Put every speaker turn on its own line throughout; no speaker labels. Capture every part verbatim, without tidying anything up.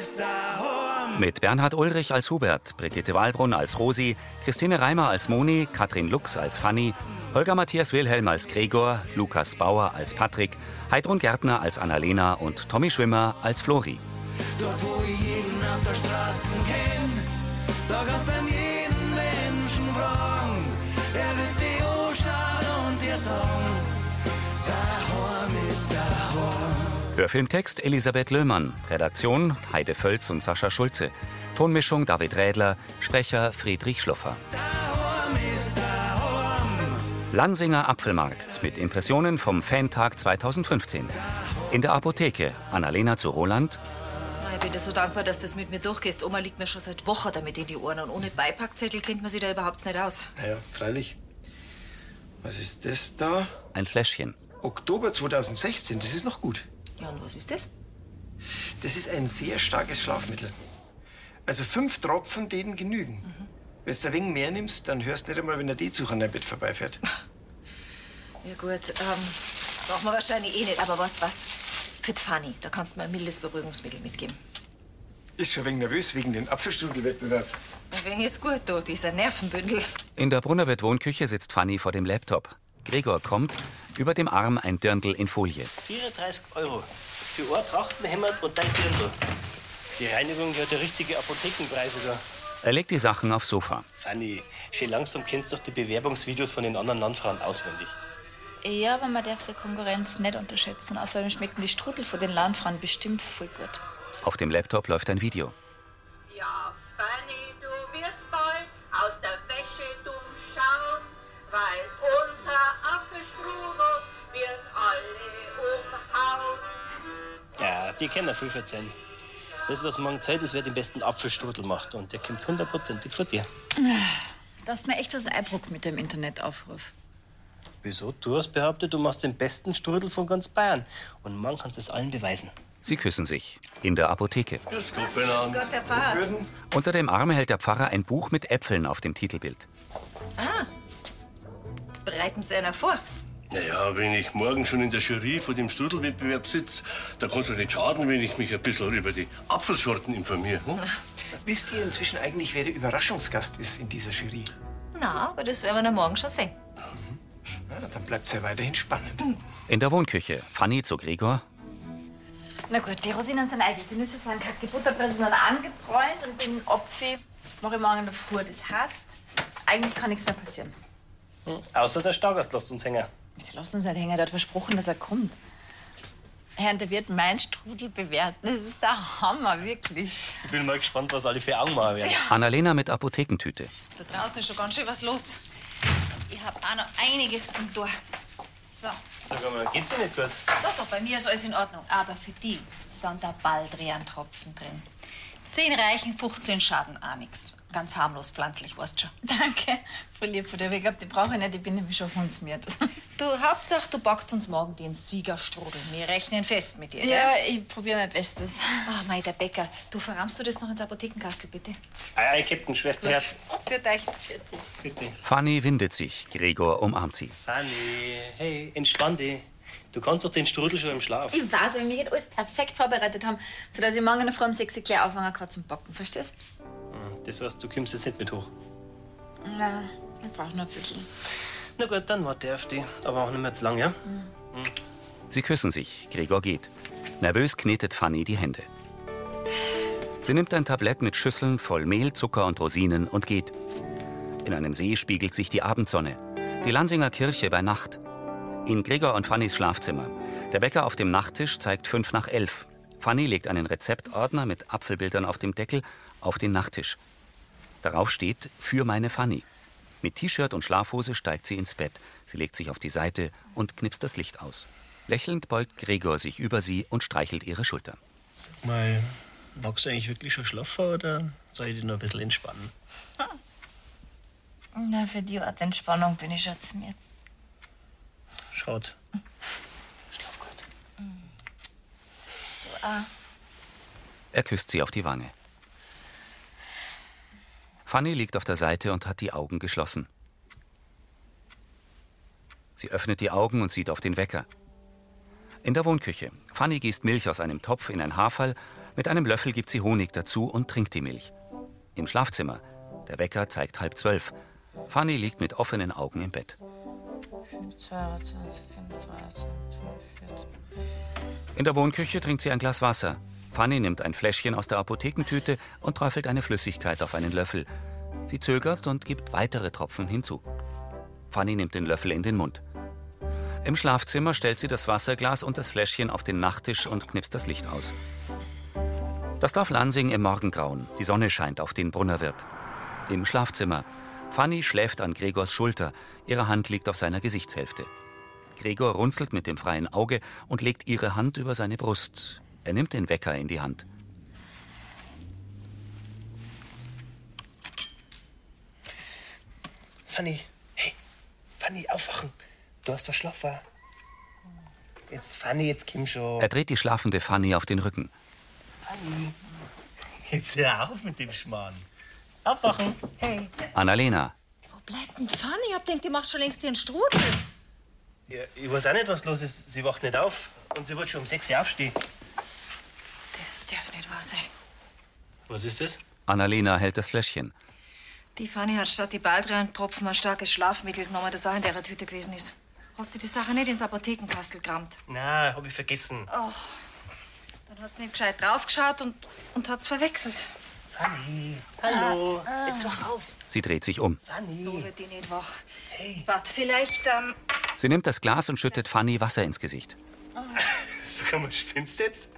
Mit Bernhard Ulrich als Hubert, Brigitte Wahlbrunn als Rosi, Christine Reimer als Moni, Katrin Lux als Fanny, Holger Matthias Wilhelm als Gregor, Lukas Bauer als Patrick, Heidrun Gärtner als Annalena und Tommy Schwimmer als Flori.
Dort, wo ich jeden auf der Straße kenn, da kannst du jeden Menschen fragen. Er wird die anschauen und dir sagen, daheim ist daheim.
Hörfilmtext Elisabeth Löhmann, Redaktion Heide Völz und Sascha Schulze, Tonmischung David Rädler, Sprecher Friedrich Schloffer.
Daheim ist daheim.
Lansinger Apfelmarkt mit Impressionen vom Fantag zweitausendfünfzehn. In der Apotheke Annalena zu Roland.
Ich bin dir so dankbar, dass du das mit mir durchgehst. Oma liegt mir schon seit Wochen damit in die Ohren. Und ohne Beipackzettel kennt man sich da überhaupt nicht aus.
Naja, freilich. Was ist das da?
Ein Fläschchen.
Oktober zweitausendsechzehn, das ist noch gut.
Ja, und was ist das?
Das ist ein sehr starkes Schlafmittel. Also fünf Tropfen, denen genügen. Mhm. Wenn du ein wenig mehr nimmst, dann hörst du nicht einmal, wenn der D-Zug an dein Bett vorbeifährt.
Ja gut, ähm, brauchen wir wahrscheinlich eh nicht. Aber was, was? Für die Fanny, da kannst du mir ein mildes Beruhigungsmittel mitgeben.
Ist schon ein wenig nervös wegen dem Apfelstrudelwettbewerb.
Ein wenig ist gut, du, dieser Nervenbündel.
In der Brunnerwirt Wohnküche sitzt Fanny vor dem Laptop. Gregor kommt, über dem Arm ein Dirndl in Folie.
vierunddreißig Euro für ein Trachtenhemd und ein Dirndl. Die Reinigung hat ja richtige Apothekenpreise da.
Er legt die Sachen aufs Sofa.
Fanny, schon langsam kennst du doch die Bewerbungsvideos von den anderen Landfrauen auswendig.
Ja, aber man darf die Konkurrenz nicht unterschätzen. Außerdem schmecken die Strudel von den Landfrauen bestimmt voll gut.
Auf dem Laptop läuft ein Video.
Ja, Fanny, du wirst bald aus der Wäsche dumm schauen, weil unser Apfelstrudel wird alle umhauen.
Ja, die können ja viel erzählen. Das, was morgen Zeit ist, wer den besten Apfelstrudel macht. Und der kommt hundertprozentig von dir.
Da hast mir echt was Eindruck mit dem Internetaufruf.
Wieso? Du hast behauptet, du machst den besten Strudel von ganz Bayern. Und morgen kannst du es allen beweisen.
Sie küssen sich. In der Apotheke.
Grüß Gott, der Pfarrer.
Unter dem Arm hält der Pfarrer ein Buch mit Äpfeln auf dem Titelbild.
Ah, bereiten Sie einer vor?
Naja, wenn ich morgen schon in der Jury vor dem Strudelwettbewerb sitze, da kann es doch nicht schaden, wenn ich mich ein bisschen über die Apfelsorten informiere. Hm?
Wisst ihr inzwischen eigentlich, wer der Überraschungsgast ist in dieser Jury?
Na, aber das werden wir dann morgen schon sehen.
Ja, dann bleibt's ja weiterhin spannend.
In der Wohnküche Fanny zu Gregor.
Na gut, die Rosinen sind eilig, die Nüsse sind kalt, die Butterbrösel sind angebräunt und den Apfel mache ich morgen in der Früh. Das heißt, eigentlich kann nichts mehr passieren.
Hm. Außer der Stargast lässt uns hängen.
Die lassen uns nicht hängen, der hat versprochen, dass er kommt. Herr, und der wird meinen Strudel bewerten. Das ist der Hammer, wirklich.
Ich bin mal gespannt, was alle für Augen machen werden.
Ja.
Annalena mit Apothekentüte.
Da draußen ist schon ganz schön was los. Ich hab auch noch einiges zum Tor. So.
Sag mal, geht's dir nicht gut?
Doch, doch, bei mir ist alles in Ordnung. Aber für die sind da Baldrian-Tropfen drin. Zehn reichen, fünfzehn schaden auch nix. Ganz harmlos, pflanzlich, weißt schon.
Danke, voll lieb von dir. Ich glaube, die brauche ich nicht, ich bin nämlich schon hundsmiert.
Du, Hauptsache, du backst uns morgen den Siegerstrudel. Wir rechnen fest mit dir,
Ja,
gell?
ich probiere mein Bestes.
Ach, mei, der Bäcker. Du, verrammst du das noch ins Apothekenkastel, bitte?
Ei, ei, Captain, Schwesterherz.
Für euch.
Bitte.
Fanny windet sich. Gregor umarmt sie.
Fanny, hey, entspann dich. Du kannst doch den Strudel schon im Schlaf.
Ich weiß, aber wir geht alles perfekt vorbereitet haben, sodass ich morgen in der Früh um sechs Uhr gleich anfangen kann zum Backen. Verstehst
Hm, Das heißt, du kommst jetzt nicht mit hoch.
du? Nein, ich brauche noch ein bisschen.
Na gut, dann warte ich auf dich. Aber auch nicht mehr zu lang, ja?
Mhm.
Hm.
Sie küssen sich. Gregor geht. Nervös knetet Fanny die Hände. Sie nimmt ein Tablett mit Schüsseln voll Mehl, Zucker und Rosinen und geht. In einem See spiegelt sich die Abendsonne. Die Lansinger Kirche bei Nacht. In Gregor und Fannys Schlafzimmer. Der Wecker auf dem Nachttisch zeigt fünf nach elf. Fanny legt einen Rezeptordner mit Apfelbildern auf dem Deckel auf den Nachttisch. Darauf steht »Für meine Fanny«. Mit T-Shirt und Schlafhose steigt sie ins Bett. Sie legt sich auf die Seite und knipst das Licht aus. Lächelnd beugt Gregor sich über sie und streichelt ihre Schulter.
Sag mal, magst du eigentlich wirklich schon schlafen oder soll ich dich noch ein bisschen entspannen?
Na, für die Art Entspannung bin ich schon zu mir.
Schade.
Schlaf gut. Du auch.
Er küsst sie auf die Wange. Fanny liegt auf der Seite und hat die Augen geschlossen. Sie öffnet die Augen und sieht auf den Wecker. In der Wohnküche. Fanny gießt Milch aus einem Topf in ein Haferl, Mit einem Löffel gibt sie Honig dazu und trinkt die Milch. Im Schlafzimmer. Der Wecker zeigt halb zwölf. Fanny liegt mit offenen Augen im Bett. In der Wohnküche trinkt sie ein Glas Wasser. Fanny nimmt ein Fläschchen aus der Apothekentüte und träufelt eine Flüssigkeit auf einen Löffel. Sie zögert und gibt weitere Tropfen hinzu. Fanny nimmt den Löffel in den Mund. Im Schlafzimmer stellt sie das Wasserglas und das Fläschchen auf den Nachttisch und knipst das Licht aus. Das Dorf Lansing im Morgengrauen. Die Sonne scheint auf den Brunnerwirt. Im Schlafzimmer. Fanny schläft an Gregors Schulter. Ihre Hand liegt auf seiner Gesichtshälfte. Gregor runzelt mit dem freien Auge und legt ihre Hand über seine Brust. Er nimmt den Wecker in die Hand.
Fanny, hey, Fanny, aufwachen. Du hast verschlafen. Jetzt, Fanny, jetzt komm schon.
Er dreht die schlafende Fanny auf den Rücken.
Fanny, jetzt hör auf mit dem Schmarrn. Aufwachen, hey.
Annalena.
Wo bleibt denn Fanny? Ich hab gedacht, die macht schon längst ihren Strudel.
Ja, ich weiß auch nicht, was los ist. Sie wacht nicht auf und sie wird schon um sechs Uhr aufstehen.
Das darf nicht wahr sein.
Was ist das?
Annalena hält das Fläschchen.
Die Fanny hat statt die Baldrian-Tropfen ein starkes Schlafmittel genommen, das auch in der Tüte gewesen ist. Hast du die Sache nicht ins Apothekenkastel gerammt?
Nein, hab ich vergessen.
Oh. Dann hat sie nicht gescheit draufgeschaut und, und hat's verwechselt.
Fanny, hallo, ah, ah. Jetzt wach auf.
Sie dreht sich um.
Fanny.
So wird die nicht wach.
Hey.
Warte, vielleicht, ähm...
Sie nimmt das Glas und schüttet Fanny Wasser ins Gesicht.
Oh. Sag mal, spinnst du jetzt?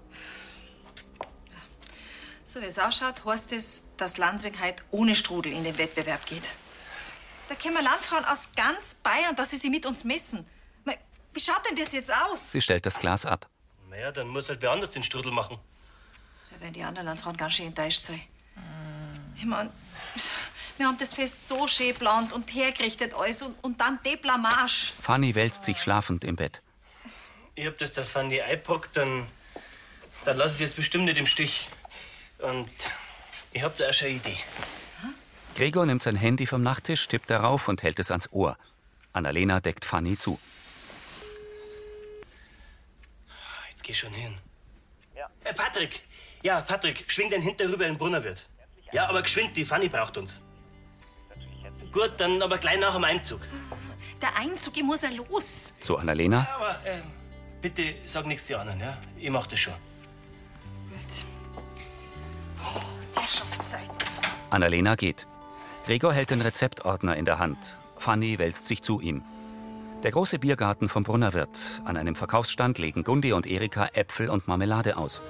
So wie es ausschaut, heißt es, dass Lansing heute ohne Strudel in den Wettbewerb geht. Da kommen Landfrauen aus ganz Bayern, dass sie sich mit uns messen. Wie schaut denn das jetzt aus?
Sie stellt das Glas ab.
Naja, dann muss halt wer anders den Strudel machen.
Da werden die anderen Landfrauen ganz schön enttäuscht sein. Ich mein, wir haben das Fest so schön geplant und hergerichtet alles und, und dann die Blamage.
Fanny wälzt sich schlafend im Bett.
Ich hab das der Fanny eingepackt, dann, dann lass ich sie jetzt bestimmt nicht im Stich. Und ich hab da auch schon eine Idee.
Gregor nimmt sein Handy vom Nachttisch, tippt darauf und hält es ans Ohr. Annalena deckt Fanny zu.
Jetzt geh schon hin. Ja. Äh, Patrick! Ja, Patrick, schwing den hinter rüber in den Brunnerwirt. Ja, aber geschwind, die Fanny braucht uns. Gut, dann aber gleich nach dem Einzug.
Der Einzug, ich muss ja los.
Zu Annalena.
Ja, aber äh, bitte sag nichts zu anderen, ja? Ich mach das schon.
Gut. Oh, Herrschaftszeit.
Annalena geht. Gregor hält den Rezeptordner in der Hand. Fanny wälzt sich zu ihm. Der große Biergarten vom Brunnerwirt. An einem Verkaufsstand legen Gundi und Erika Äpfel und Marmelade aus.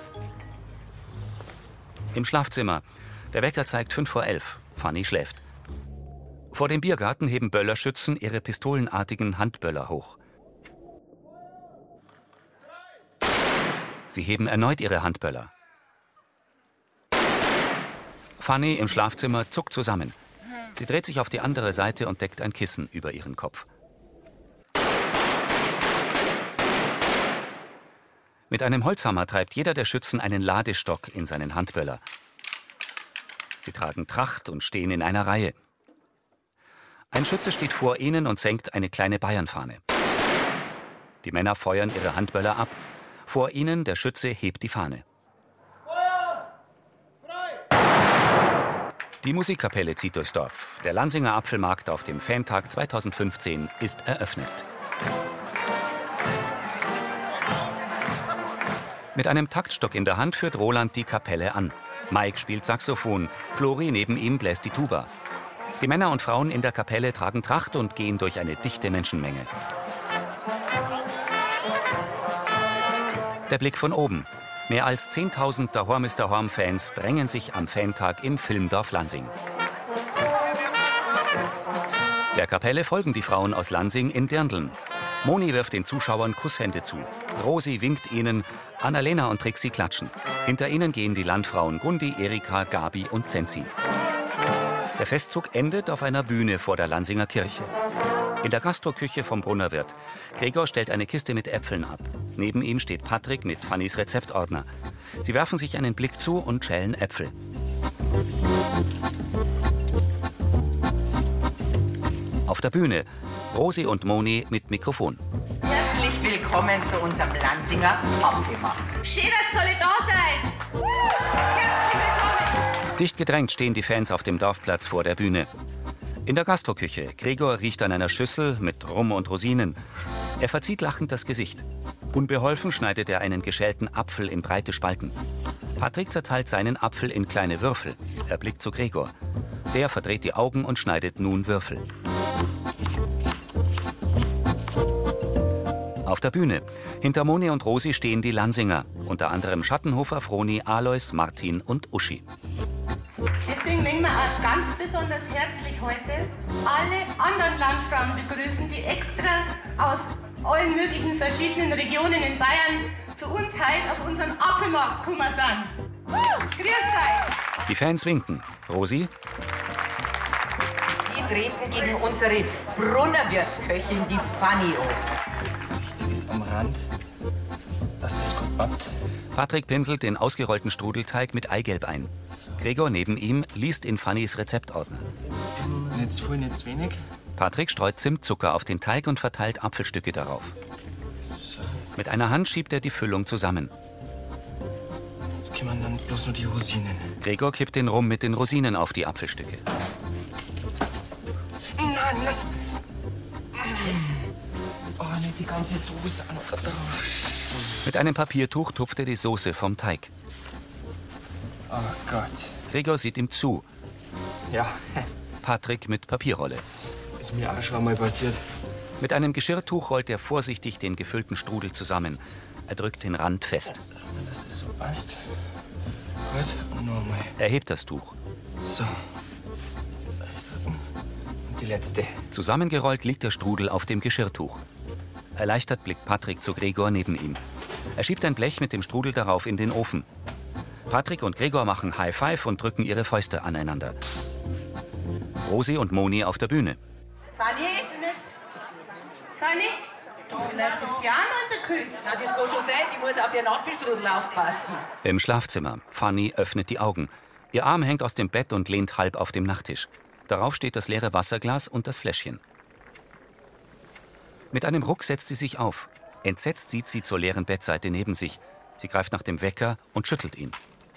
Im Schlafzimmer. Der Wecker zeigt fünf vor elf. Fanny schläft. Vor dem Biergarten heben Böllerschützen ihre pistolenartigen Handböller hoch. Sie heben erneut ihre Handböller. Fanny im Schlafzimmer zuckt zusammen. Sie dreht sich auf die andere Seite und deckt ein Kissen über ihren Kopf. Mit einem Holzhammer treibt jeder der Schützen einen Ladestock in seinen Handböller. Sie tragen Tracht und stehen in einer Reihe. Ein Schütze steht vor ihnen und senkt eine kleine Bayernfahne. Die Männer feuern ihre Handböller ab. Vor ihnen der Schütze hebt die Fahne. Die Musikkapelle zieht durchs Dorf. Der Lansinger Apfelmarkt auf dem Fantag zweitausendfünfzehn ist eröffnet. Mit einem Taktstock in der Hand führt Roland die Kapelle an. Mike spielt Saxophon, Flori neben ihm bläst die Tuba. Die Männer und Frauen in der Kapelle tragen Tracht und gehen durch eine dichte Menschenmenge. Der Blick von oben. Mehr als zehntausend Dahorm ist Dahorm-Fans drängen sich am Fantag im Filmdorf Lansing. Der Kapelle folgen die Frauen aus Lansing in Dirndln. Moni wirft den Zuschauern Kusshände zu. Rosi winkt ihnen, Annalena und Trixi klatschen. Hinter ihnen gehen die Landfrauen Gundi, Erika, Gabi und Zenzi. Der Festzug endet auf einer Bühne vor der Lansinger Kirche. In der Gastroküche vom Brunnerwirt. Gregor stellt eine Kiste mit Äpfeln ab. Neben ihm steht Patrick mit Fannys Rezeptordner. Sie werfen sich einen Blick zu und schälen Äpfel. Auf der Bühne Rosi und Moni mit Mikrofon.
Herzlich willkommen zu unserem Lansinger Apfelmarkt.
Schön, dass ihr alle da seid.
Dicht gedrängt stehen die Fans auf dem Dorfplatz vor der Bühne. In der Gastroküche. Gregor riecht an einer Schüssel mit Rum und Rosinen. Er verzieht lachend das Gesicht. Unbeholfen schneidet er einen geschälten Apfel in breite Spalten. Patrick zerteilt seinen Apfel in kleine Würfel. Er blickt zu Gregor. Der verdreht die Augen und schneidet nun Würfel. Auf der Bühne. Hinter Moni und Rosi stehen die Lansinger. Unter anderem Schattenhofer, Froni, Alois, Martin und Uschi.
Deswegen möchten wir auch ganz besonders herzlich heute alle anderen Landfrauen begrüßen, die extra aus allen möglichen verschiedenen Regionen in Bayern zu uns heute auf unseren Apfelmarkt gekommen sind. Uh, grüß euch!
Die Fans winken. Rosi?
Die treten gegen unsere Brunnerwirt-Köchin, die Fanny, an.
Wichtig ist am Rand, dass das gut backt.
Patrick pinselt den ausgerollten Strudelteig mit Eigelb ein. Gregor neben ihm liest in Fannys Rezeptordner.
Nicht zu viel, nicht zu wenig.
Patrick streut Zimtzucker auf den Teig und verteilt Apfelstücke darauf.
So.
Mit einer Hand schiebt er die Füllung zusammen.
Jetzt kommen dann bloß nur die Rosinen.
Gregor kippt den Rum mit den Rosinen auf die Apfelstücke.
Nein, nein. Oh, nicht die ganze Soße an oder drauf.
Mit einem Papiertuch tupft er die Soße vom Teig.
Oh Gott.
Gregor sieht ihm zu.
Ja.
Patrick mit Papierrolle.
Ist mir auch schon mal passiert.
Mit einem Geschirrtuch rollt er vorsichtig den gefüllten Strudel zusammen. Er drückt den Rand fest.
Dass das so passt. Gut, und nochmal.
Er hebt das Tuch.
So. Und die letzte.
Zusammengerollt liegt der Strudel auf dem Geschirrtuch. Erleichtert blickt Patrick zu Gregor neben ihm. Er schiebt ein Blech mit dem Strudel darauf in den Ofen. Patrick und Gregor machen High Five und drücken ihre Fäuste aneinander. Rosi und Moni auf der Bühne.
Fanny? Fanny? Du, vielleicht ist Jana in der Küche.
Na, das kann schon sein, die muss auf ihren Apfelstrudel aufpassen.
Im Schlafzimmer. Fanny öffnet die Augen. Ihr Arm hängt aus dem Bett und lehnt halb auf dem Nachttisch. Darauf steht das leere Wasserglas und das Fläschchen. Mit einem Ruck setzt sie sich auf. Entsetzt sieht sie zur leeren Bettseite neben sich. Sie greift nach dem Wecker und schüttelt ihn.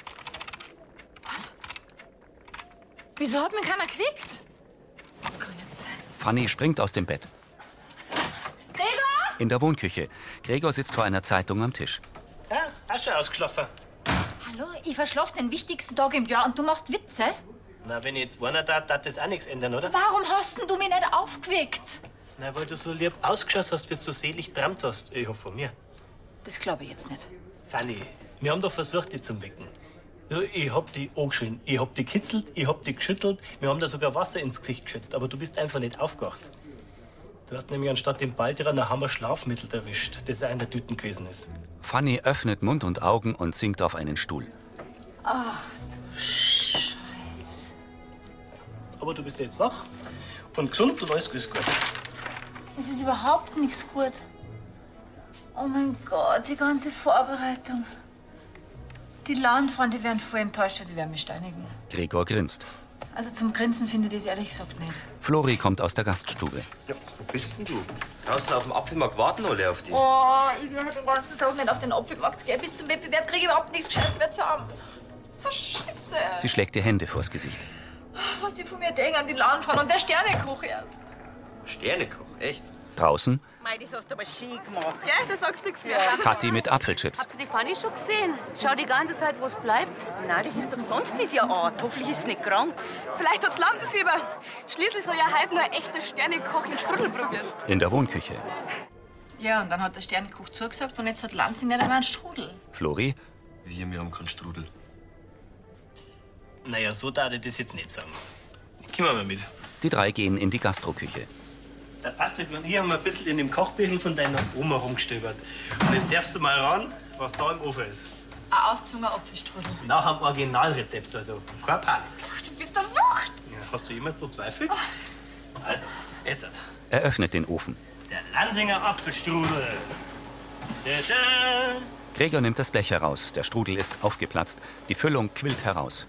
Wieso hat mich keiner geweckt? Das kann nicht sein.
Fanny springt aus dem Bett.
Gregor!
In der Wohnküche. Gregor sitzt vor einer Zeitung am Tisch.
Ja, auch schon ausgeschlafen.
Hallo, ich verschlafe den wichtigsten Tag im Jahr und du machst Witze?
Na, wenn ich jetzt warnen darf, darf das auch nichts ändern, oder?
Warum hast denn du mich nicht aufgeweckt?
Na, weil du so lieb ausgeschaut hast, wie du so selig geträumt hast. Ich hoffe von mir.
Das glaube ich jetzt nicht.
Fanny, wir haben doch versucht, dich zu wecken. Du, ich hab dich angeschrien, ich hab dich kitzelt, ich hab dich geschüttelt. Wir haben da sogar Wasser ins Gesicht geschüttet, aber du bist einfach nicht aufgewacht. Du hast nämlich anstatt dem Baldrian ein Hammer Schlafmittel erwischt, das auch in der Tüte gewesen ist.
Fanny öffnet Mund und Augen und sinkt auf einen Stuhl.
Ach du Scheiße.
Aber du bist jetzt wach und gesund und alles ist gut.
Es ist überhaupt nichts gut. Oh mein Gott, die ganze Vorbereitung. Die Landfreunde werden voll enttäuscht, die werden mich steinigen.
Gregor grinst.
Also zum Grinsen finde ich das ehrlich gesagt nicht.
Flori kommt aus der Gaststube.
Ja, wo bist denn du? Draußen auf dem Apfelmarkt warten alle auf dich.
Oh, ich will halt den ganzen Tag nicht auf den Apfelmarkt gehen. Bis zum Wettbewerb kriege ich überhaupt nichts Gescheites mehr zusammen. Oh, Scheiße.
Sie schlägt die Hände vors Gesicht.
Was die von mir denken, die Landfrauen und der Sternekoch erst.
Sternekoch, echt?
Draußen
Mei, das hast du aber schön gemacht.
Gell, da sagst du nichts mehr.
Kathi mit Apfelchips.
Hast du die Fanny schon gesehen? Schau die ganze Zeit, wo es bleibt.
Nein, das ist doch sonst nicht ihr Art. Hoffentlich ist sie nicht krank.
Vielleicht hat's Lampenfieber. Schließlich soll ja heute nur ein echter Sternekoch in Strudel probieren.
In der Wohnküche.
Ja, und dann hat der Sternekoch zugesagt und jetzt hat Lanzing nicht einmal einen Strudel.
Flori.
Wir, wir haben keinen Strudel.
Naja, so darf ich das jetzt nicht sagen. Komm mal mit.
Die drei gehen in die Gastroküche.
Der Patrick und ich haben ein bisschen in dem Kochbüchel von deiner Oma rumgestöbert. Und jetzt darfst du mal ran, was da im Ofen ist.
Ein ausgezogener Apfelstrudel.
Nach dem Originalrezept, also keine Panik.
Du bist eine Wucht.
Ja, hast du jemals so zweifelt? Also, jetzt.
Er öffnet den Ofen.
Der Lansinger Apfelstrudel. Tada!
Gregor nimmt das Blech heraus. Der Strudel ist aufgeplatzt. Die Füllung quillt heraus.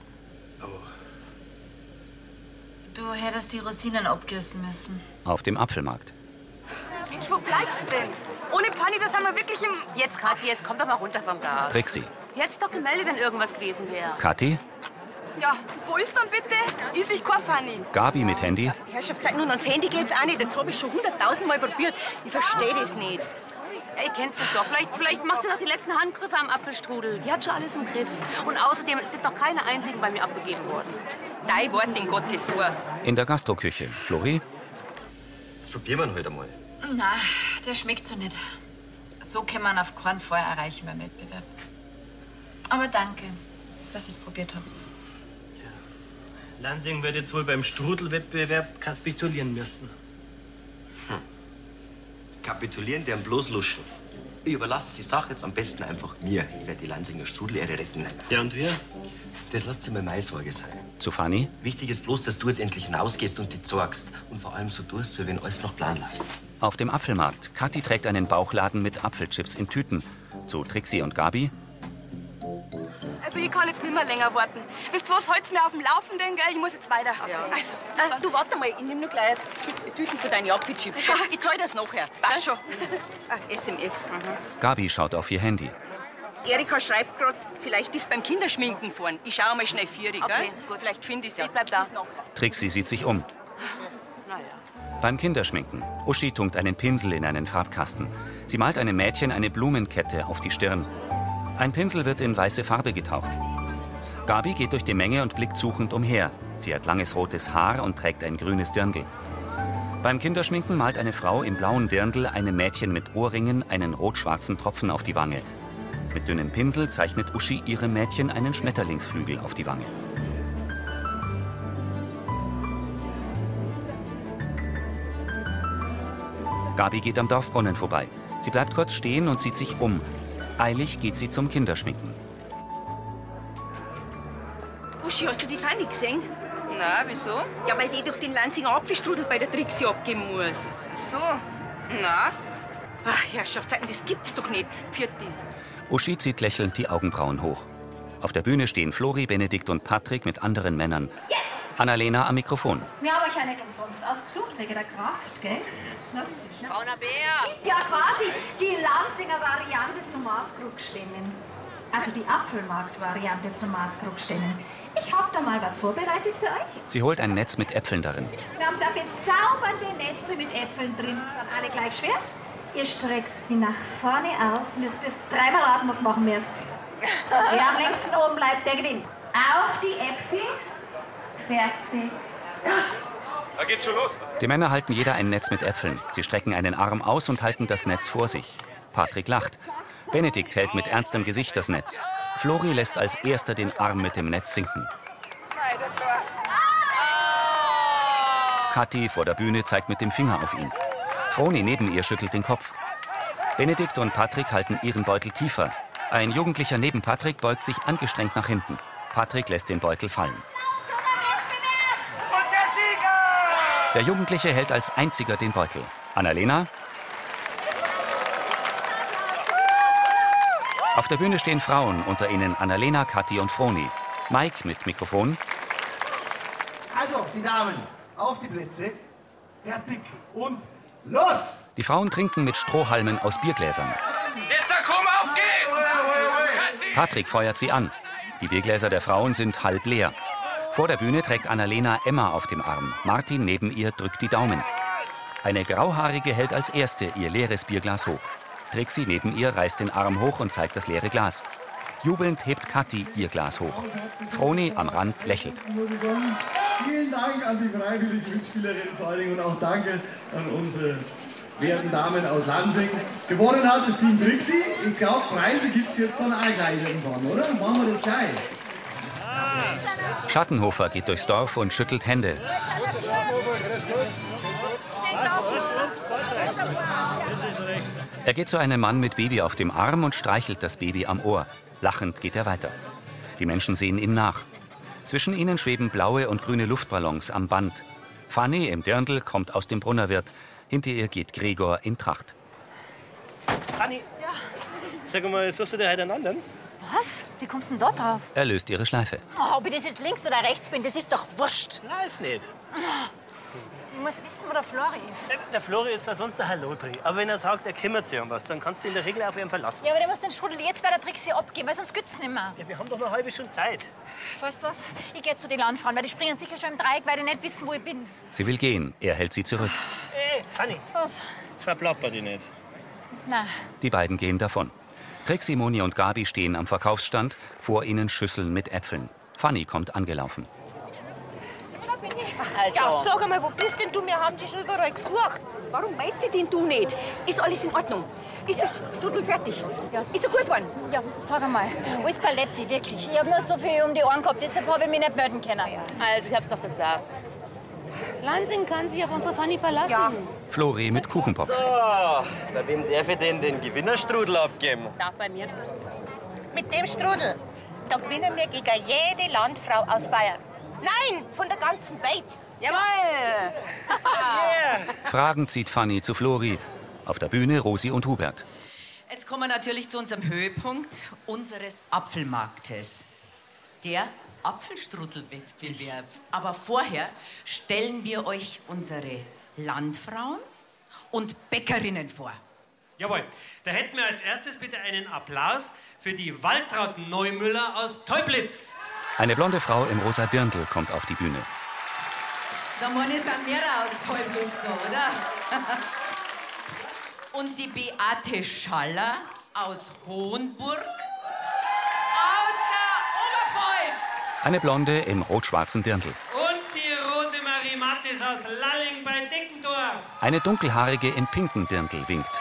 Du hättest die Rosinen abgießen müssen.
Auf dem Apfelmarkt.
Mensch, wo bleibt's denn? Ohne Fanny, das haben wir wirklich im... Jetzt, Kathi, jetzt komm doch mal runter vom Gas.
Trixi.
Jetzt doch gemeldet, wenn irgendwas gewesen wäre.
Kathi.
Ja, wo ist dann bitte? Ist ich kein Fanny.
Gabi mit Handy.
Die Herrschaft sagt nun, ans Handy geht's auch nicht. Jetzt habe ich schon hunderttausendmal probiert. Ich verstehe das nicht.
Ey, kennst du das doch? Vielleicht, vielleicht macht sie noch die letzten Handgriffe am Apfelstrudel. Die hat schon alles im Griff. Und außerdem sind noch keine einzigen bei mir abgegeben worden.
Dein Wort in Gottes Ohr.
In der Gastroküche. Flori?
Das probieren wir heute einmal.
Na, der schmeckt so nicht. So kann man auf keinen Fall erreichen beim Wettbewerb. Aber danke, dass ihr es probiert habt.
Ja. Lansing wird jetzt wohl beim Strudelwettbewerb kapitulieren müssen.
Hm. Kapitulieren, deren bloß luschen. Ich überlasse die Sache jetzt am besten einfach mir. Ich werde die Lansinger Strudelehre retten.
Ja, und wir?
Das lässt sich mir meine Sorge sein.
Zu Fanny?
Wichtig ist bloß, dass du jetzt endlich hinausgehst und die zeigst. Und vor allem so tust, wie wenn alles nach Plan läuft.
Auf dem Apfelmarkt. Kathi trägt einen Bauchladen mit Apfelchips in Tüten. Zu Trixi und Gabi.
Also ich kann jetzt nicht mehr länger warten. Wisst ihr was, halt's mir auf dem Laufenden, gell? Ich muss jetzt weiter.
Ja.
Also,
äh, du, warte mal, ich nehme nur gleich eine Tüten für deine Apfelchips.
Ja.
Ich zahle das nachher.
Passt schon.
Ah, S M S. Mhm.
Gabi schaut auf ihr Handy.
Erika schreibt gerade, vielleicht ist beim Kinderschminken vorn. Ich schaue mal schnell vier,
Okay,
gell?
gut.
Vielleicht finde ich es ja.
Ich bleib da.
Trixi sieht sich um.
Naja.
Beim Kinderschminken. Uschi tunkt einen Pinsel in einen Farbkasten. Sie malt einem Mädchen eine Blumenkette auf die Stirn. Ein Pinsel wird in weiße Farbe getaucht. Gabi geht durch die Menge und blickt suchend umher. Sie hat langes rotes Haar und trägt ein grünes Dirndl. Beim Kinderschminken malt eine Frau im blauen Dirndl einem Mädchen mit Ohrringen einen rot-schwarzen Tropfen auf die Wange. Mit dünnem Pinsel zeichnet Uschi ihrem Mädchen einen Schmetterlingsflügel auf die Wange. Gabi geht am Dorfbrunnen vorbei. Sie bleibt kurz stehen und sieht sich um. Eilig geht sie zum Kinderschminken.
Uschi, hast du die Fanny gesehen?
Na, wieso?
Ja, weil die durch den Lanzinger Apfelstrudel bei der Trixi abgeben muss.
Ach so. Na?
Ach, Herrschaftszeiten, das gibt's doch nicht. Vierte.
Uschi zieht lächelnd die Augenbrauen hoch. Auf der Bühne stehen Flori, Benedikt und Patrick mit anderen Männern.
Jetzt!
Annalena am Mikrofon.
Wir haben euch ja nicht umsonst ausgesucht, wegen der Kraft, gell? Na sicher.
Brauner Bär!
Ja, quasi die Lanzinger Variante zum Maßkrugstellen. Also die Apfelmarkt-Variante zum Maßkrugstellen. Ich hab da mal was vorbereitet für euch.
Sie holt ein Netz mit Äpfeln darin.
Wir haben da bezaubernde Netze mit Äpfeln drin. Sind alle gleich schwer. Ihr streckt sie nach vorne aus und jetzt dürft ihr dreimal raten, was machen müsst. Wer am längsten oben bleibt, der gewinnt. Auf die Äpfel. Fertig. Los!
Da geht's schon los.
Die Männer halten jeder ein Netz mit Äpfeln. Sie strecken einen Arm aus und halten das Netz vor sich. Patrick lacht. Benedikt hält mit ernstem Gesicht das Netz. Flori lässt als erster den Arm mit dem Netz sinken. Kathi vor der Bühne zeigt mit dem Finger auf ihn. Froni neben ihr schüttelt den Kopf. Benedikt und Patrick halten ihren Beutel tiefer. Ein Jugendlicher neben Patrick beugt sich angestrengt nach hinten. Patrick lässt den Beutel fallen. Der Jugendliche hält als einziger den Beutel. Annalena? Auf der Bühne stehen Frauen, unter ihnen Annalena, Kathi und Froni. Mike mit Mikrofon.
Also, die Damen, auf die Plätze. Fertig und los!
Die Frauen trinken mit Strohhalmen aus Biergläsern.
Jetzt komm, auf geht's!
Patrick feuert sie an. Die Biergläser der Frauen sind halb leer. Vor der Bühne trägt Annalena Emma auf dem Arm. Martin neben ihr drückt die Daumen. Eine Grauhaarige hält als erste ihr leeres Bierglas hoch. Trixi neben ihr reißt den Arm hoch und zeigt das leere Glas. Jubelnd hebt Kathi ihr Glas hoch. Froni am Rand lächelt.
Vielen Dank an die freiwilligen Mitspielerinnen vor allen Dingen und auch danke an unsere werten Damen aus Lansing. Gewonnen hat das Team Trixi. Ich glaube, Preise gibt es jetzt dann auch gleich irgendwann, oder? Machen wir das gleich.
Schattenhofer geht durchs Dorf und schüttelt Hände. Er geht zu einem Mann mit Baby auf dem Arm und streichelt das Baby am Ohr. Lachend geht er weiter. Die Menschen sehen ihm nach. Zwischen ihnen schweben blaue und grüne Luftballons am Band. Fanny im Dirndl kommt aus dem Brunnerwirt. Hinter ihr geht Gregor in Tracht.
Fanny, ja. Sag mal, suchst du dir heute einen anderen?
Was? Wie kommst du denn da drauf?
Er löst ihre Schleife.
Oh, ob ich das jetzt links oder rechts bin, das ist doch wurscht.
Nein, ist nicht.
Ich muss wissen, wo der Flori ist.
Der Flori ist zwar sonst der Hallotri, aber wenn er sagt, er kümmert sich um was, dann kannst du in der Regel auf ihn verlassen.
Ja, aber der muss den Strudel jetzt bei der Trixie abgeben, weil sonst gibt's nicht mehr.
Ja, wir haben doch noch eine halbe Stunde Zeit.
Weißt du was? Ich geh zu den Landfrauen, weil die springen sicher schon im Dreieck, weil die nicht wissen, wo ich bin.
Sie will gehen, er hält sie zurück.
Ey, Fanny.
Was?
Verplapper die nicht.
Nein.
Die beiden gehen davon. Trixie, Moni und Gabi stehen am Verkaufsstand, vor ihnen Schüsseln mit Äpfeln. Fanny kommt angelaufen.
Da bin ich.
Also. Ja, sag einmal, wo bist denn du? Wir haben dich schon überall gesucht. Warum meinst du denn du nicht? Ist alles in Ordnung? Ist der Strudel fertig?
Ja.
Ist er gut geworden?
Ja, sag einmal. Wo ist Paletti, wirklich? Ich hab nur so viel um die Ohren gehabt, deshalb habe ich mich nicht melden können.
Also, ich hab's doch gesagt.
Lansing kann sich auf unsere Fanny verlassen.
Ja.
Flori mit Kuchenbox.
So, bei wem darf ich denn den Gewinnerstrudel abgeben?
Da bei mir. Mit dem Strudel, da gewinnen wir gegen jede Landfrau aus Bayern. Nein, von der ganzen Welt.
Jawohl!
Fragend zieht Fanny zu Flori. Auf der Bühne Rosi und Hubert.
Jetzt kommen wir natürlich zu unserem Höhepunkt unseres Apfelmarktes. Der Apfelstrudelwettbewerb. Aber vorher stellen wir euch unsere Landfrauen und Bäckerinnen vor.
Jawohl. Da hätten wir als erstes bitte einen Applaus für die Waltraud Neumüller aus Teublitz.
Eine blonde Frau im rosa Dirndl kommt auf die Bühne.
Da vorne sind mehrere aus Teublitz da, oder? Und die Beate Schaller aus Hohenburg. Aus der Oberpfalz.
Eine Blonde im rot-schwarzen Dirndl.
Und die Rosemarie Mattis aus Lalling bei Dickendorf.
Eine dunkelhaarige im pinken Dirndl winkt.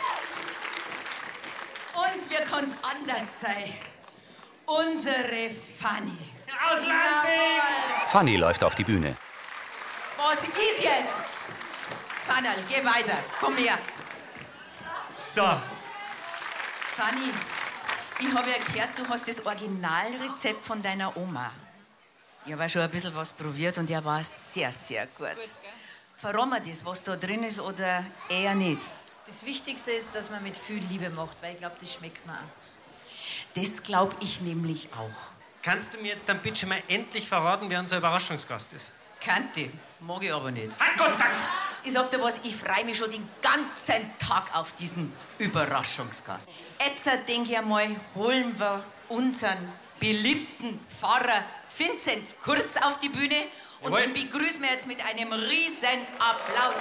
Und wir kann's anders sein. Unsere Fanny.
Aus Lansing.
Fanny läuft auf die Bühne.
Was ist jetzt? Fannerl, geh weiter. Komm her.
So.
Fanny, ich habe ja gehört, du hast das Originalrezept von deiner Oma. Ich habe auch schon ein bisschen was probiert und der war sehr, sehr gut. gut Verrat mir das, was da drin ist, oder eher nicht?
Das Wichtigste ist, dass man mit viel Liebe macht, weil ich glaube, das schmeckt mir auch.
Das glaube ich nämlich auch.
Kannst du mir jetzt dann bitte mal endlich verraten, wer unser Überraschungsgast ist?
Kannte, mag ich aber nicht.
Halt Gott, sag!
Ich sag dir was, ich freue mich schon den ganzen Tag auf diesen Überraschungsgast. Jetzt denke ich einmal, holen wir unseren beliebten Pfarrer Vinzenz Kurz auf die Bühne und
Jawohl.
den begrüßen wir jetzt mit einem riesen Applaus.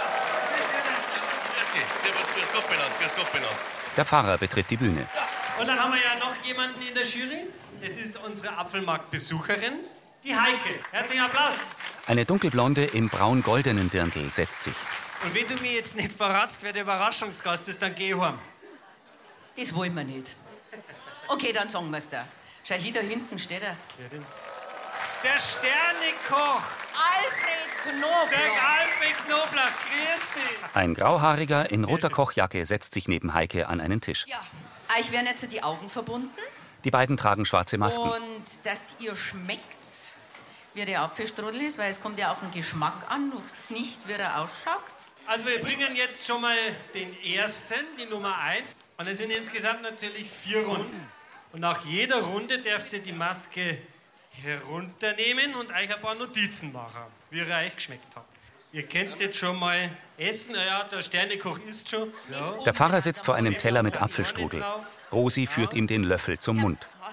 Servus, grüß Gott benannt, grüß Gott benannt.
Der Pfarrer betritt die Bühne.
Und dann haben wir ja noch jemanden in der Jury. Es ist unsere Apfelmarktbesucherin, die Heike. Herzlichen Applaus.
Eine dunkelblonde im braun-goldenen Dirndl setzt sich.
Und wenn du mir jetzt nicht verratst, wer der Überraschungsgast ist, dann geh ich heim.
Das wollen wir nicht. Okay, dann sagen wir's da. Schau, hier da hinten steht er.
Wer denn? Der Sternekoch.
Alfred Knoblauch.
Der Alfred Knoblauch, grüß dich.
Ein grauhaariger in roter Kochjacke setzt sich neben Heike an einen Tisch.
Ja, euch werden jetzt die Augen verbunden.
Die beiden tragen schwarze Masken.
Und dass ihr schmeckt, wie der Apfelstrudel ist, weil es kommt ja auf den Geschmack an, nicht wie er ausschaut.
Also wir bringen jetzt schon mal den ersten, die Nummer eins. Und es sind insgesamt natürlich vier Runden. Und nach jeder Runde dürft ihr die Maske herunternehmen und euch ein paar Notizen machen, wie ihr euch geschmeckt habt. Ihr könnt jetzt schon mal essen. Ja, der Sternekoch isst schon. So.
Der Pfarrer sitzt vor einem Teller mit Apfelstrudel. Rosi führt ihm den Löffel zum Mund.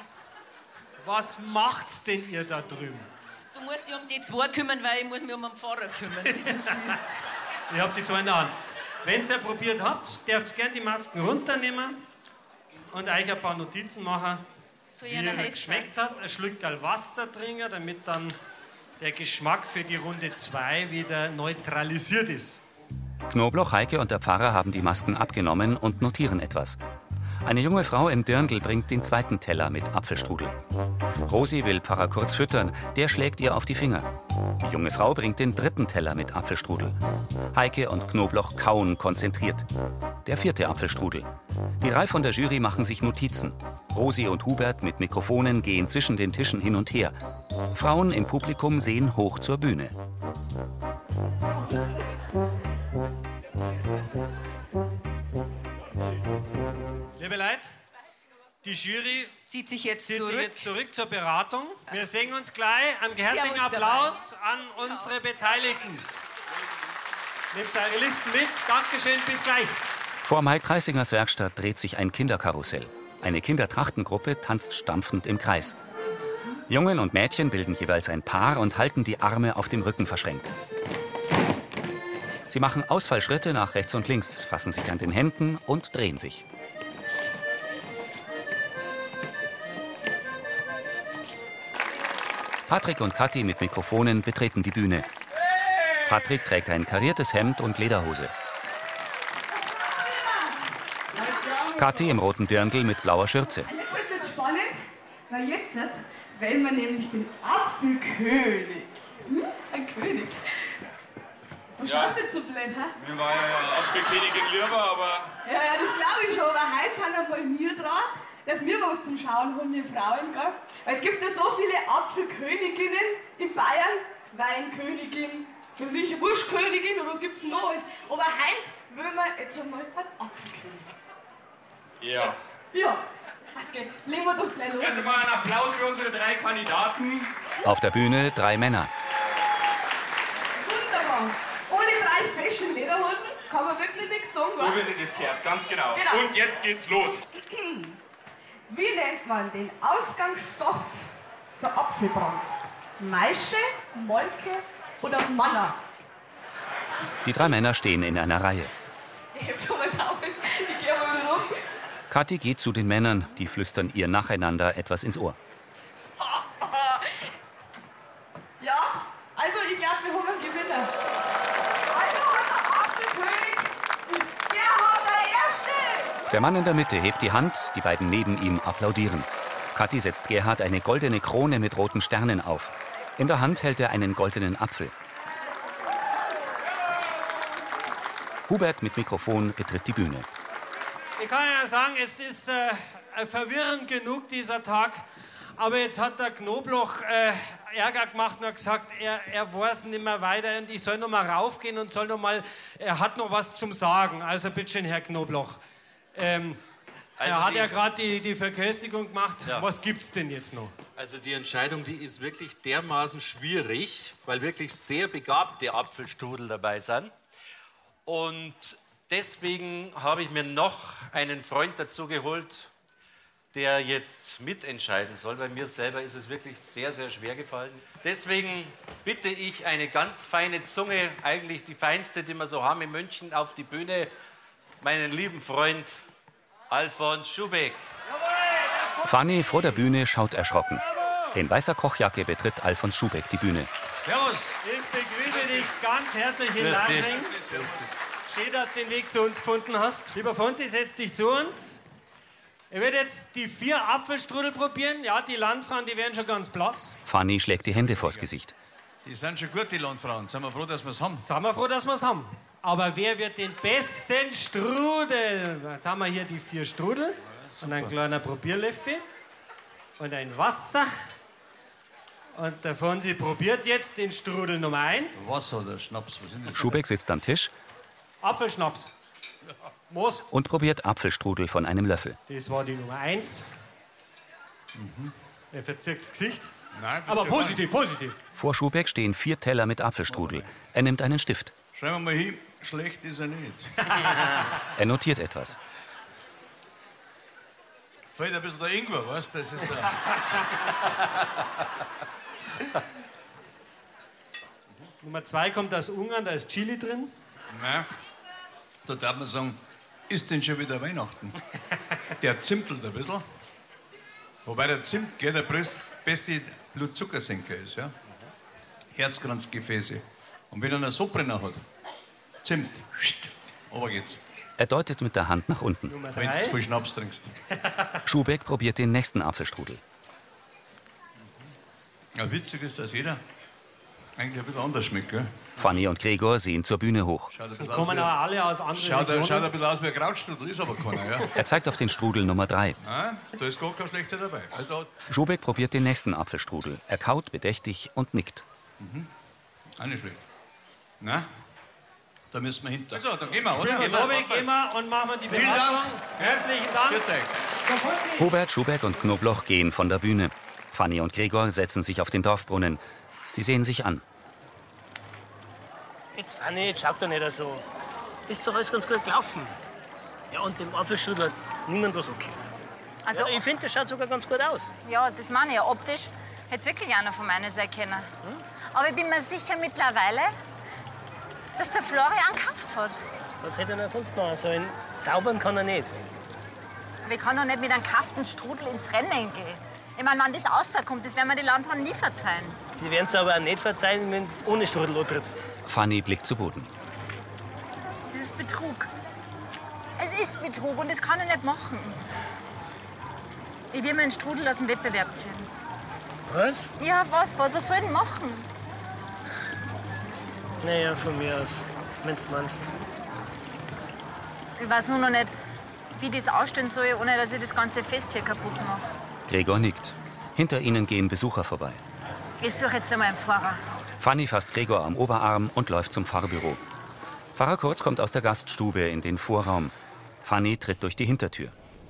Was macht's denn ihr da drüben?
Du musst dich um die zwei kümmern, weil ich muss mich um den Pfarrer kümmern, wie du siehst.
Ich hab die zwei in der Hand. Wenn ihr probiert habt, dürft ihr gerne die Masken runternehmen und euch ein paar Notizen machen,
Soll
wie
ich Ihnen
ihr
helfen?
geschmeckt habt. Ein Schlückerl Wasser trinken, damit dann der Geschmack für die Runde zwei wieder neutralisiert ist.
Knoblauch, Heike und der Pfarrer haben die Masken abgenommen und notieren etwas. Eine junge Frau im Dirndl bringt den zweiten Teller mit Apfelstrudel. Rosi will Pfarrer Kurz füttern, der schlägt ihr auf die Finger. Die junge Frau bringt den dritten Teller mit Apfelstrudel. Heike und Knoblauch kauen konzentriert. Der vierte Apfelstrudel. Die drei von der Jury machen sich Notizen. Rosi und Hubert mit Mikrofonen gehen zwischen den Tischen hin und her. Frauen im Publikum sehen hoch zur Bühne.
Liebe Leute, Die Jury
zieht sich jetzt
zieht
zurück.
Sich jetzt zurück zur Beratung. Wir sehen uns gleich. Einen herzlichen
Servus
Applaus an unsere Beteiligten. Nehmt eure Listen mit. Dankeschön, bis gleich.
Vor Mike Kreisingers Werkstatt dreht sich ein Kinderkarussell. Eine Kindertrachtengruppe tanzt stampfend im Kreis. Jungen und Mädchen bilden jeweils ein Paar und halten die Arme auf dem Rücken verschränkt. Sie machen Ausfallschritte nach rechts und links, fassen sich an den Händen und drehen sich. Patrick und Kathi mit Mikrofonen betreten die Bühne. Patrick trägt ein kariertes Hemd und Lederhose. Kathi im roten Dirndl mit blauer Schürze.
Jetzt wird es spannend, weil jetzt wählen wir nämlich den Apfelkönig. Hm? Ein König. Und
Ja.
schaust du jetzt so blöd, hä?
Mir war ja Apfelkönigin lieber, aber
Ja, ja, das glaube ich schon, aber heute sind einmal wir dran, dass wir was zum Schauen haben, wir Frauen, gell? Weil es gibt ja so viele Apfelköniginnen in Bayern, Weinkönigin, was weiß ich, Wurschkönigin oder was gibt's denn noch alles. Aber heute wollen wir jetzt einmal einen Apfelkönig.
ja.
Ja, okay, legen wir doch gleich los.
Erst einmal einen Applaus für unsere drei Kandidaten.
Auf der Bühne drei Männer.
Wunderbar. Ohne drei Fashion Lederhosen kann man wirklich nichts sagen,
So wie sie das gehört, ganz genau.
Genau.
Und jetzt geht's los.
Wie nennt man den Ausgangsstoff für Apfelbrand? Maische, Molke oder Manna?
Die drei Männer stehen in einer Reihe.
Ich hab schon mal Daumen. Ich geh mal wieder rum.
Kathi geht zu den Männern, die flüstern ihr nacheinander etwas ins Ohr.
Ja, also ich glaube, wir haben einen Gewinner. Also unser Apfelkönig ist Gerhard der Erste.
Der Mann in der Mitte hebt die Hand, die beiden neben ihm applaudieren. Kathi setzt Gerhard eine goldene Krone mit roten Sternen auf. In der Hand hält er einen goldenen Apfel. Hubert mit Mikrofon betritt die Bühne.
Ich kann ja sagen, es ist äh, verwirrend genug, dieser Tag. Aber jetzt hat der Knobloch äh, Ärger gemacht und hat gesagt, er, er weiß nicht mehr weiter und ich soll noch mal raufgehen und soll noch mal, er hat noch was zum Sagen. Also bitteschön, Herr Knobloch. Ähm,
Also
er hat
die-
ja gerade die, die Verköstigung gemacht.
Ja.
Was gibt's denn jetzt noch?
Also die Entscheidung, die ist wirklich dermaßen schwierig, weil wirklich sehr begabte Apfelstrudel dabei sind. Und deswegen habe ich mir noch einen Freund dazu geholt, der jetzt mitentscheiden soll. Bei mir selber ist es wirklich sehr, sehr schwer gefallen. Deswegen bitte ich eine ganz feine Zunge, eigentlich die feinste, die wir so haben in München, auf die Bühne, meinen lieben Freund Alfons Schubeck.
Fanny vor der Bühne schaut erschrocken. In weißer Kochjacke betritt Alfons Schubeck die Bühne.
Servus. Ich begrüße dich ganz herzlich in
Grüß dich.
Lansing. Schön, dass du den Weg zu uns gefunden hast. Lieber Fonsi, setz dich zu uns. Ich werde jetzt die vier Apfelstrudel probieren. Ja, die Landfrauen, die werden schon ganz blass.
Fanny schlägt die Hände vors Gesicht.
Die sind schon gut, die Landfrauen. Sind wir froh, dass wir es haben.
Sind wir froh, dass wir es haben. Aber wer wird den besten Strudel? Jetzt haben wir hier die vier Strudel und ein kleiner Probierlöffel und ein Wasser. Und der Fonsi probiert jetzt den Strudel Nummer eins.
Wasser oder Schnaps, was sind das?
Schubeck sitzt am Tisch
Apfelschnaps. Was?
und probiert Apfelstrudel von einem Löffel.
Das war die Nummer eins. Er verzirkt das Gesicht.
Nein,
Aber
bitte,
positiv, positiv.
Vor Schubeck stehen vier Teller mit Apfelstrudel. Er nimmt einen Stift.
Schreiben wir mal hin, schlecht ist er nicht.
Er notiert etwas.
Fällt ein bisschen der Ingwer, weißt du? Das ist. Äh,
Nummer zwei kommt aus Ungarn, da ist Chili drin.
nein, da darf man sagen, ist denn schon wieder Weihnachten? Der zimtelt ein bisschen. Wobei der Zimt gell, der best- beste Blutzuckersenker ist. Ja? Herzkranzgefäße. Und wenn er eine Sodbrenner hat, Zimt, aber geht's.
Er deutet mit der Hand nach unten.
Wenn du zu viel Schnaps trinkst.
Schubeck probiert den nächsten Apfelstrudel.
Ja, witzig ist, dass jeder eigentlich ein bisschen anders schmeckt. Gell?
Fanny und Gregor sehen zur Bühne hoch.
Schaut ein bisschen
Und
aus
kommen
wie-
aber alle aus anderen
Schaut,
Regionen.
schaut ein bisschen aus wie ein Krautstrudel, ist aber keiner. Ja?
Er zeigt auf den Strudel Nummer drei.
Nein, da ist gar kein schlechter dabei. Also,
Schubeck probiert den nächsten Apfelstrudel. Er kaut bedächtig und nickt.
mhm. Auch nicht schlecht. Na, da müssen wir hinter. Also, dann gehen wir,
Spielen
oder?
wir so weg, gehen wir und machen wir die
Vielen
Beratung.
Dank.
Herzlichen Dank.
Bitte.
Hubert, Schubeck und Knobloch gehen von der Bühne. Fanny und Gregor setzen sich auf den Dorfbrunnen. Sie sehen sich an.
Jetzt, Fanny, jetzt schaut doch nicht so. Ist doch alles ganz gut gelaufen. Ja, und dem Apfelstrudel hat niemand was angehört.
Also,
ja, ich finde, das schaut sogar ganz gut aus.
Ja, das meine ich ja. Optisch hätte es wirklich einer von meinen sein können. Hm? Aber ich bin mir sicher mittlerweile, dass der Florian gekauft hat.
Was hätte er denn sonst machen sollen? Zaubern kann er nicht.
Aber ich kann doch nicht mit einem gekauften Strudel ins Rennen gehen. Ich meine, wenn das rauskommt, das werden mir die Landfrauen nie verzeihen.
Sie werden es aber auch nicht verzeihen, wenn du ohne Strudel antrittst.
Fanny blickt zu Boden.
Das ist Betrug. Es ist Betrug und das kann ich nicht machen. Ich will meinen Strudel aus dem Wettbewerb ziehen.
Was?
Ja, was, was? Was soll ich denn machen?
Naja, von mir aus, wenn du meinst.
Ich weiß nur noch nicht, wie ich das ausstellen soll, ohne dass ich das ganze Fest hier kaputt mache.
Gregor nickt. Hinter ihnen gehen Besucher vorbei.
Ich suche jetzt einmal einen Pfarrer.
Fanny fasst Gregor am Oberarm und läuft zum Pfarrbüro. Pfarrer Kurz kommt aus der Gaststube in den Vorraum. Fanny tritt durch die Hintertür.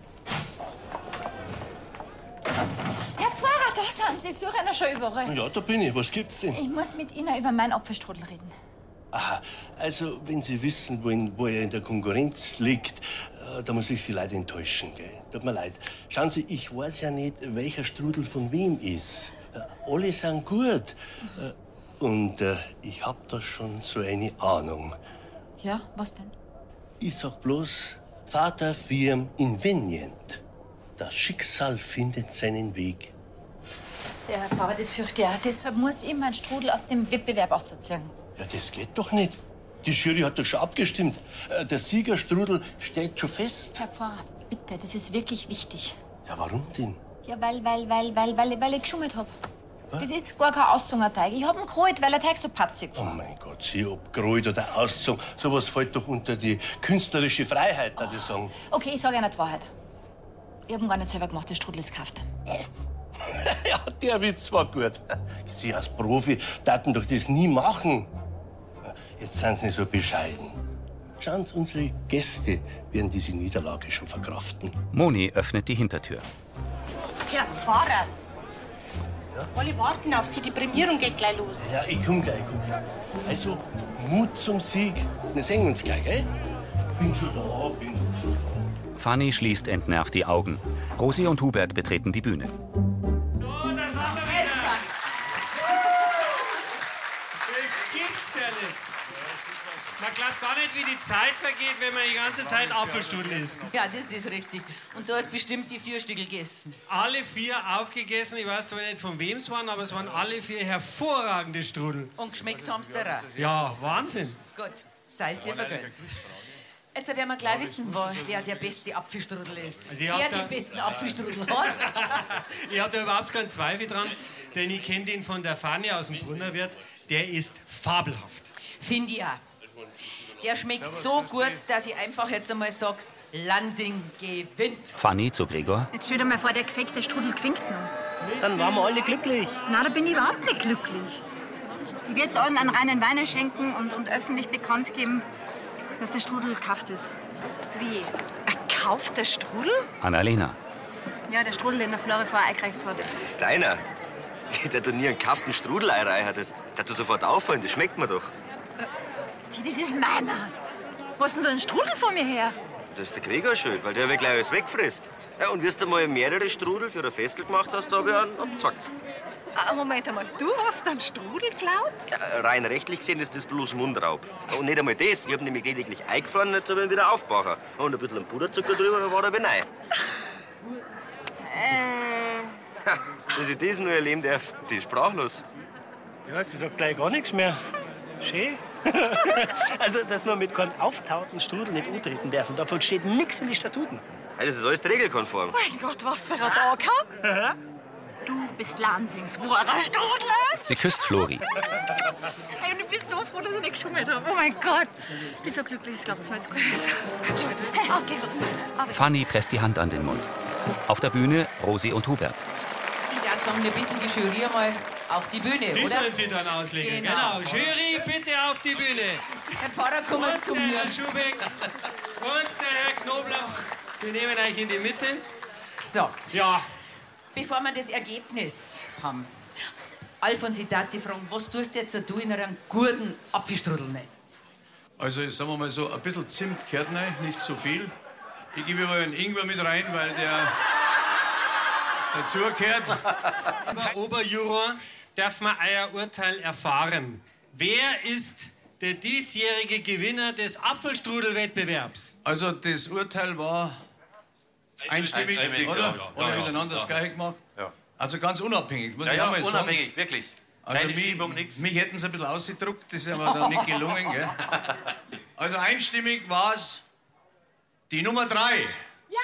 Herr Pfarrer, da sind Sie. Ich suche einen schon überall.
Ja, da bin ich. Was gibt's denn?
Ich muss mit Ihnen über meinen Apfelstrudel reden.
Aha, also wenn Sie wissen wollen, wo er in der Konkurrenz liegt, äh, da muss ich Sie leider enttäuschen. Gell? Tut mir leid. Schauen Sie, ich weiß ja nicht, welcher Strudel von wem ist. Äh, alle sind gut. Äh, und äh, ich hab da schon so eine Ahnung.
Ja, was denn?
Ich sag bloß, Vater firm invenient. Das Schicksal findet seinen Weg.
Ja, Herr Pfarrer, das fürchte ich auch. Deshalb muss ich meinen Strudel aus dem Wettbewerb ausziehen.
Ja, das geht doch nicht. Die Jury hat doch schon abgestimmt. Äh, Der Siegerstrudel steht schon fest.
Herr Pfarrer, bitte, das ist wirklich wichtig.
Ja, warum denn?
Ja, weil, weil, weil, weil, weil, weil ich geschummelt hab. Das ist gar kein Auszungerteig. Ich hab ihn geholt, weil der Teig so patzig war.
Oh mein Gott, sie ob Gerät oder Auszug, sowas fällt doch unter die künstlerische Freiheit, würde ich sagen.
Okay, ich sage Ihnen die Wahrheit. Ich hab ihn gar nicht selber gemacht, der Strudel ist gekauft.
Ja, der Witz war gut. Sie als Profi taten doch das nie machen. Jetzt sind Sie nicht so bescheiden. Schauen Sie, unsere Gäste werden diese Niederlage schon verkraften.
Moni öffnet die Hintertür.
Herr Pfarrer. Ja? Alle warten auf Sie, die Prämierung geht gleich los.
Ja, ich komm gleich, ich komm gleich. Also, Mut zum Sieg. Wir sehen uns gleich, gell? Bin schon da, bin schon da.
Fanny schließt entnervt die Augen. Rosi und Hubert betreten die Bühne.
So, das haben wir wieder. Das gibt's ja nicht. Man glaubt gar nicht, wie die Zeit vergeht, wenn man die ganze Zeit Apfelstrudel isst.
Ja, das ist richtig. Und du hast bestimmt die vier Stückel gegessen.
Alle vier aufgegessen. Ich weiß zwar nicht, von wem es waren, aber es waren alle vier hervorragende Strudel.
Und geschmeckt haben's dir auch.
Ja, Wahnsinn.
Gut, sei es dir vergönnt. Jetzt werden wir gleich wissen, wer der beste Apfelstrudel ist.
Also
wer den besten Apfelstrudel hat.
Ich habe da überhaupt keinen Zweifel dran, denn ich kenne den von der Fanny aus dem Brunnerwirt. Der ist fabelhaft.
Finde ich auch. Der schmeckt so gut, dass ich einfach jetzt einmal sage, Lansing gewinnt.
Fanny zu Gregor.
Jetzt stell dir mal vor, der gefakte Strudel gewinnt noch.
Dann waren wir alle glücklich.
Nein, da bin ich überhaupt nicht glücklich. Ich will jetzt allen einen reinen Wein schenken und, und öffentlich bekannt geben, dass der Strudel gekauft ist.
Wie? Ein gekaufter Strudel?
Annalena.
Ja, der Strudel, den der Flori vorher eingereicht hat.
Das ist deiner. Der du nie einen gekauften Strudel einreicht. Das hat dir sofort auffallen, das schmeckt mir doch.
Wie, das ist meiner? Wo hast denn du einen Strudel von mir her?
Das ist der Gregor schuld, weil der gleich alles wegfrisst. Ja, und wie du mal mehrere Strudel für ein Festel gemacht hast, da habe ich einen abgezwackt.
Ah, Moment einmal, du hast einen Strudel geklaut?
Ja, rein rechtlich gesehen ist das bloß Mundraub. Und nicht einmal das. Ich habe nämlich lediglich eingefahren, jetzt habe ich ihn wieder aufgebaut. Und ein bisschen Puderzucker drüber, dann war er wie neu.
Äh.
Ha, dass ich das nur erleben darf, die ist sprachlos.
Ja, sie sagt gleich gar nichts mehr. Schön. Also, dass man mit keinem auftauten Strudel nicht antreten dürfen, davon steht nichts in den Statuten.
Ja, das ist alles regelkonform.
Mein Gott, was für ein Tag, ha?
Du bist Lansings wahrer Strudel.
Sie küsst Flori.
Ey, und ich bin so froh, dass ich nicht geschummelt habe. Oh mein Gott. Ich bin so glücklich, das glaubt's mir jetzt gar nicht. Hey, okay, los.
Fanny presst die Hand an den Mund. Auf der Bühne Rosi und Hubert.
Ich würde sagen, wir bitten die Jury mal auf die Bühne,
Die
oder?
sollen sie dann auslegen. Genau.
Genau.
Jury, bitte auf die Bühne.
Herr Pfarrer, komm
Und
zu
der
mir.
Herr Schubeck und der Herr Knobloch. Wir nehmen euch in die Mitte.
So.
Ja.
Bevor wir das Ergebnis haben, Alfons, ich darf dich fragen, was tust du jetzt du in einem guten Apfelstrudel rein?
Also, sagen wir mal so, ein bisschen Zimt gehört rein, nicht so viel. Ich gebe aber einen Ingwer mit rein, weil der dazugehört.
Lieber Oberjuror, darf man euer Urteil erfahren. Wer ist der diesjährige Gewinner des Apfelstrudelwettbewerbs?
Also, das Urteil war einstimmig,
Einstimmig,
oder?
ja, ja.
Oder
Ja,
miteinander
ja.
das Gleiche gemacht?
Ja.
Also ganz unabhängig, muss
Ja,
ich
ja,
auch mal sagen.
unabhängig, wirklich.
Also
Keine
mich,
Schiebung, nix.
mich hätten sie ein bisschen ausgedruckt, das ist aber dann nicht gelungen. Gell? Also einstimmig war es die Nummer drei. Ja!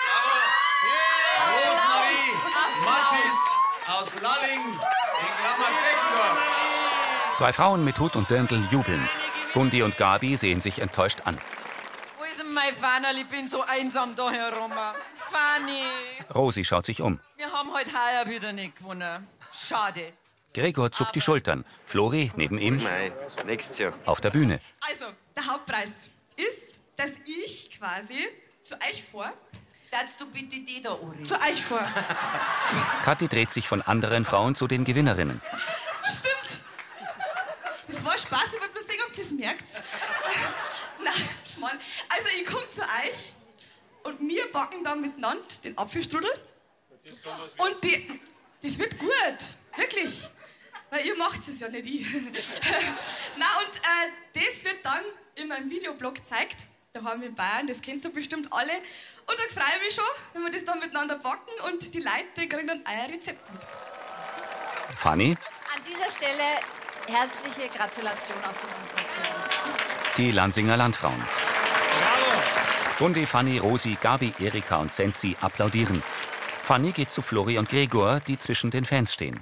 Rosmarie Mattis aus Lalling in Klammer-Deckendorf.
Zwei Frauen mit Hut und Dirndl jubeln. Gundi und Gabi sehen sich enttäuscht an.
Wo ist denn mein Fannerl? Ich bin so einsam da herum. Fanny,
Rosi schaut sich um.
wir haben heute heuer wieder nicht gewonnen. Schade.
Gregor zuckt die Schultern. Flori neben ihm
Nein, nächstes Jahr.
auf der Bühne.
Also, der Hauptpreis ist, dass ich quasi zu euch vor.
Darfst du bitte die da anreden?
Zu euch vor.
Kathi dreht sich von anderen Frauen zu den Gewinnerinnen.
Stimmt. Das war Spaß, ich wollte bloß sehen, ob ihr das merkt. Na, Schmarrn. Also, ich komme zu euch und wir backen dann miteinander den Apfelstrudel. Und die, das wird gut. Wirklich. Weil ihr macht es ja nicht ich. Na, und äh, das wird dann in meinem Videoblog gezeigt. Da haben wir in Bayern, das kennt ihr bestimmt alle. Und da freue ich mich schon, wenn wir das dann miteinander backen und die Leute kriegen dann euer Rezept mit.
Fanny,
An dieser Stelle herzliche Gratulation auch von uns natürlich.
die Lansinger Landfrauen. Gundi, Fanny, Rosi, Gabi, Erika und Zenzi applaudieren. Fanny geht zu Flori und Gregor, die zwischen den Fans stehen.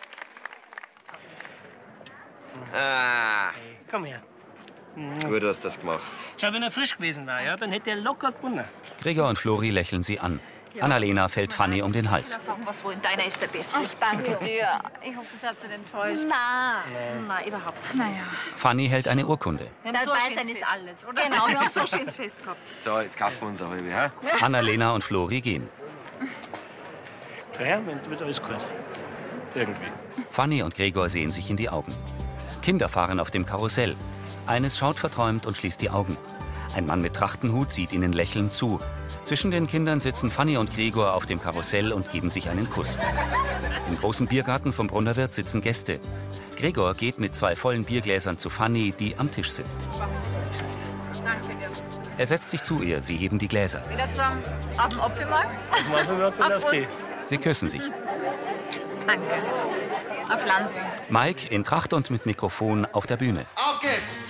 Ah,
Komm her.
gut hast du das gemacht.
Schau, wenn er frisch gewesen war, ja, dann hätte er locker gewonnen.
Gregor und Flori lächeln sie an. Annalena fällt Fanny um den Hals.
Sagen wir wohl, deiner ist der Beste.
Ach, danke dir. Ich hoffe, es hat Sie enttäuscht.
Nein, nein, überhaupt nicht.
Naja.
Fanny hält eine Urkunde.
Wir haben so ein
Dabei
schönes
sein ist
Fest.
alles, oder?
Genau, wir haben so ein schönes Fest gehabt.
So, jetzt kaufen wir uns eine halbe, hä?
Annalena und Flori gehen.
Schau her, wenn- wird alles gut. Irgendwie.
Fanny und Gregor sehen sich in die Augen. Kinder fahren auf dem Karussell. Eines schaut verträumt und schließt die Augen. Ein Mann mit Trachtenhut sieht ihnen lächelnd zu. Zwischen den Kindern sitzen Fanny und Gregor auf dem Karussell und geben sich einen Kuss. Im großen Biergarten vom Brunnerwirt sitzen Gäste. Gregor geht mit zwei vollen Biergläsern zu Fanny, die am Tisch sitzt.
Danke dir.
Er setzt sich zu ihr, sie heben die Gläser.
Wieder zusammen auf dem Apfelmarkt?
Auf dem Apfelmarkt und auf die.
Sie küssen sich.
Danke. Auf Lansing.
Mike in Tracht und mit Mikrofon auf der Bühne.
Auf geht's!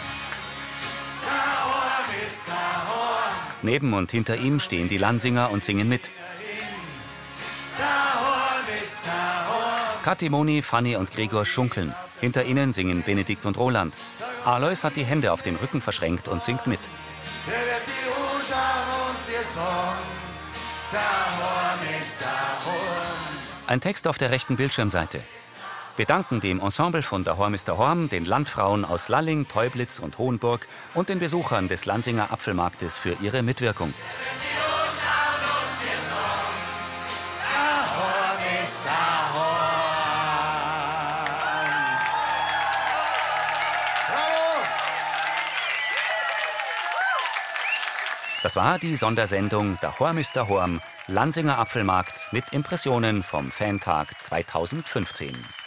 Der Horn ist der Horn,
Neben und hinter ihm stehen die Lansinger und singen mit.
der Horn ist der Horn.
Kathi, Moni, Fanny und Gregor schunkeln. Hinter ihnen singen Benedikt und Roland. Alois hat die Hände auf dem Rücken verschränkt und singt mit.
Der wird die anschauen und dir sagen, der Horn ist der Horn.
Ein Text auf der rechten Bildschirmseite. Wir danken dem Ensemble von Der Horm ist der Horm, den Landfrauen aus Lalling, Teublitz und Hohenburg und den Besuchern des Lansinger Apfelmarktes für ihre Mitwirkung.
Der Horn ist der Horn. Bravo!
Das war die Sondersendung Der Horm ist der Horm, Lansinger Apfelmarkt mit Impressionen vom Fantag zweitausendfünfzehn.